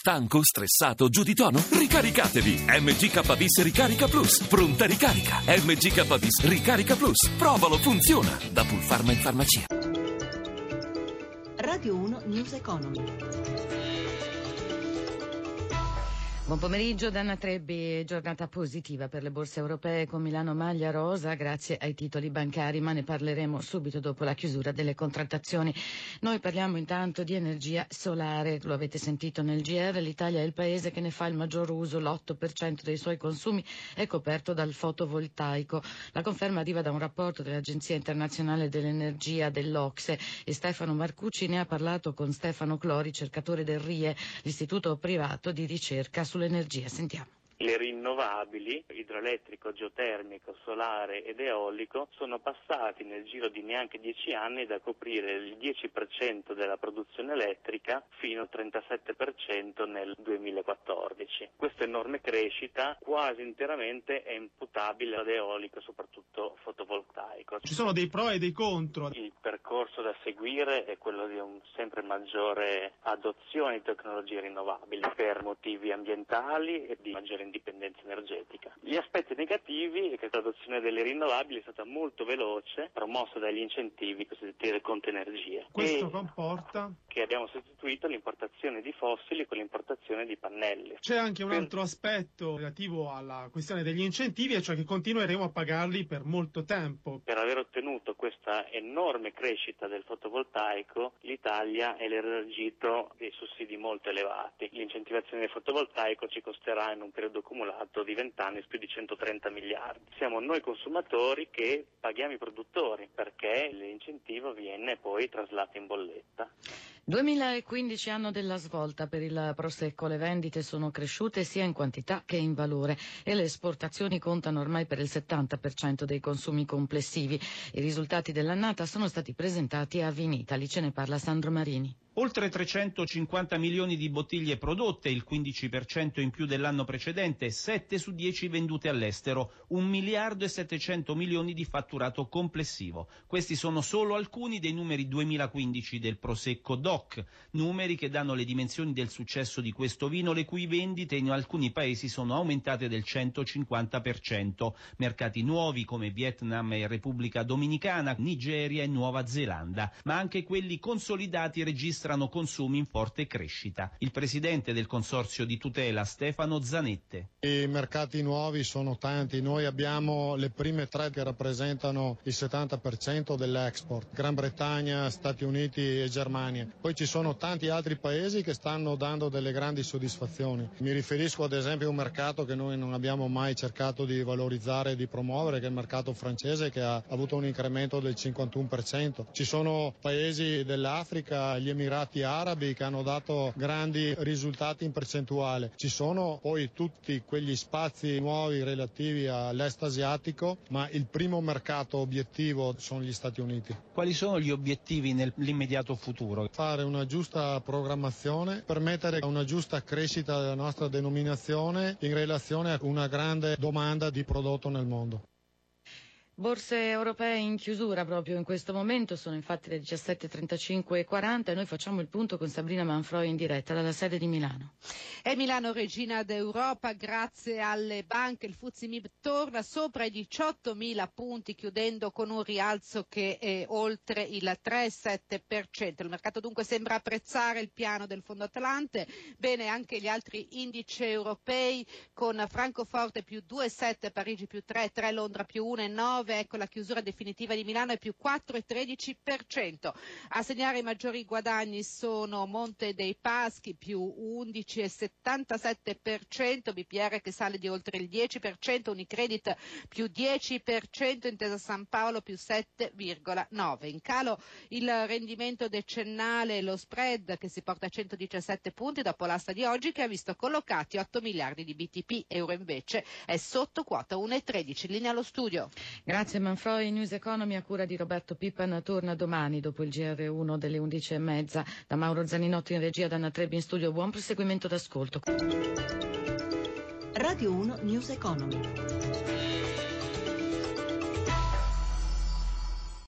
Stanco, stressato, giù di tono? Ricaricatevi! MGKBIS Ricarica Plus. Pronta ricarica. MGKBIS Ricarica Plus. Provalo, funziona. Da Pulpharma in farmacia. Radio 1 News Economy. Buon pomeriggio da Anna Trebbi, giornata positiva per le borse europee con Milano maglia rosa grazie ai titoli bancari, ma ne parleremo subito dopo la chiusura delle contrattazioni. Noi parliamo intanto di energia solare, lo avete sentito nel GR, l'Italia è il paese che ne fa il maggior uso, l'8% dei suoi consumi è coperto dal fotovoltaico. La conferma arriva da un rapporto dell'Agenzia Internazionale dell'Energia dell'Ocse e Stefano Marcucci ne ha parlato con Stefano Clori, ricercatore del RIE, l'istituto privato di ricerca sull'energia. Sentiamo. Le rinnovabili, idroelettrico, geotermico, solare ed eolico, sono passati nel giro di neanche 10 anni da coprire il 10% della produzione elettrica fino al 37% nel 2014. Questa enorme crescita quasi interamente è imputabile ad eolico, soprattutto fotovoltaico. Ci sono dei pro e dei contro. Il percorso da seguire è quello di un sempre maggiore adozione di tecnologie rinnovabili per motivi ambientali e di maggiore indipendenza energetica. Gli aspetti negativi è che l'adozione delle rinnovabili è stata molto veloce, promossa dagli incentivi cosiddetti del conto energia. Questo comporta che abbiamo sostituito l'importazione di fossili con l'importazione di pannelli. C'è anche un altro aspetto relativo alla questione degli incentivi, e cioè che continueremo a pagarli per molto tempo. Per aver ottenuto questa enorme crescita del fotovoltaico, l'Italia è elargito dei sussidi molto elevati. L'incentivazione del fotovoltaico ci costerà in un periodo cumulato di 20 anni più di 130 miliardi. Siamo noi consumatori che paghiamo i produttori perché l'incentivo viene poi traslato in bolletta. 2015 anno della svolta per il Prosecco, le vendite sono cresciute sia in quantità che in valore e le esportazioni contano ormai per il 70% dei consumi complessivi. I risultati dell'annata sono stati presentati a Vinitaly, ce ne parla Sandro Marini. Oltre 350 milioni di bottiglie prodotte, il 15% in più dell'anno precedente, 7 su 10 vendute all'estero, 1 miliardo e 700 milioni di fatturato complessivo. Questi sono solo alcuni dei numeri 2015 del Prosecco DOC, numeri che danno le dimensioni del successo di questo vino, le cui vendite in alcuni paesi sono aumentate del 150%. Mercati nuovi come Vietnam e Repubblica Dominicana, Nigeria e Nuova Zelanda, ma anche quelli consolidati registrano consumi in forte crescita. Il presidente del consorzio di tutela, Stefano Zanette. I mercati nuovi sono tanti, noi abbiamo le prime 3 che rappresentano il 70% dell'export, Gran Bretagna, Stati Uniti e Germania. Poi ci sono tanti altri paesi che stanno dando delle grandi soddisfazioni. Mi riferisco ad esempio a un mercato che noi non abbiamo mai cercato di valorizzare e di promuovere, che è il mercato francese, che ha avuto un incremento del 51%. Ci sono paesi dell'Africa, gli Emirati Arabi, che hanno dato grandi risultati in percentuale. Ci sono poi tutti quegli spazi nuovi relativi all'est asiatico, ma il primo mercato obiettivo sono gli Stati Uniti. Quali sono gli obiettivi nell'immediato futuro? Fare una giusta programmazione, permettere una giusta crescita della nostra denominazione in relazione a una grande domanda di prodotto nel mondo. Borse europee in chiusura proprio in questo momento, sono infatti le 17:35:40 e noi facciamo il punto con Sabrina Manfroi in diretta dalla sede di Milano. È Milano regina d'Europa, grazie alle banche il FTSE MIB torna sopra i 18.000 punti, chiudendo con un rialzo che è oltre il 3,7%. Il mercato dunque sembra apprezzare il piano del Fondo Atlante, bene anche gli altri indici europei, con Francoforte più 2,7, Parigi più 3,3, Londra più 1,9. Ecco la chiusura definitiva di Milano è più 4,13%. A segnare i maggiori guadagni sono Monte dei Paschi più 11,77%, BPR che sale di oltre il 10%, Unicredit più 10%, Intesa San Paolo più 7,9%. In calo il rendimento decennale e lo spread che si porta a 117 punti dopo l'asta di oggi, che ha visto collocati 8 miliardi di BTP, euro invece è sotto quota 1,13. Linea allo studio. Grazie Manfroi. News Economy a cura di Roberto Pippan torna domani dopo il GR1 delle 11:30. Da Mauro Zaninotto in regia, da Anna Trebbi in studio. Buon proseguimento d'ascolto. Radio 1 News Economy.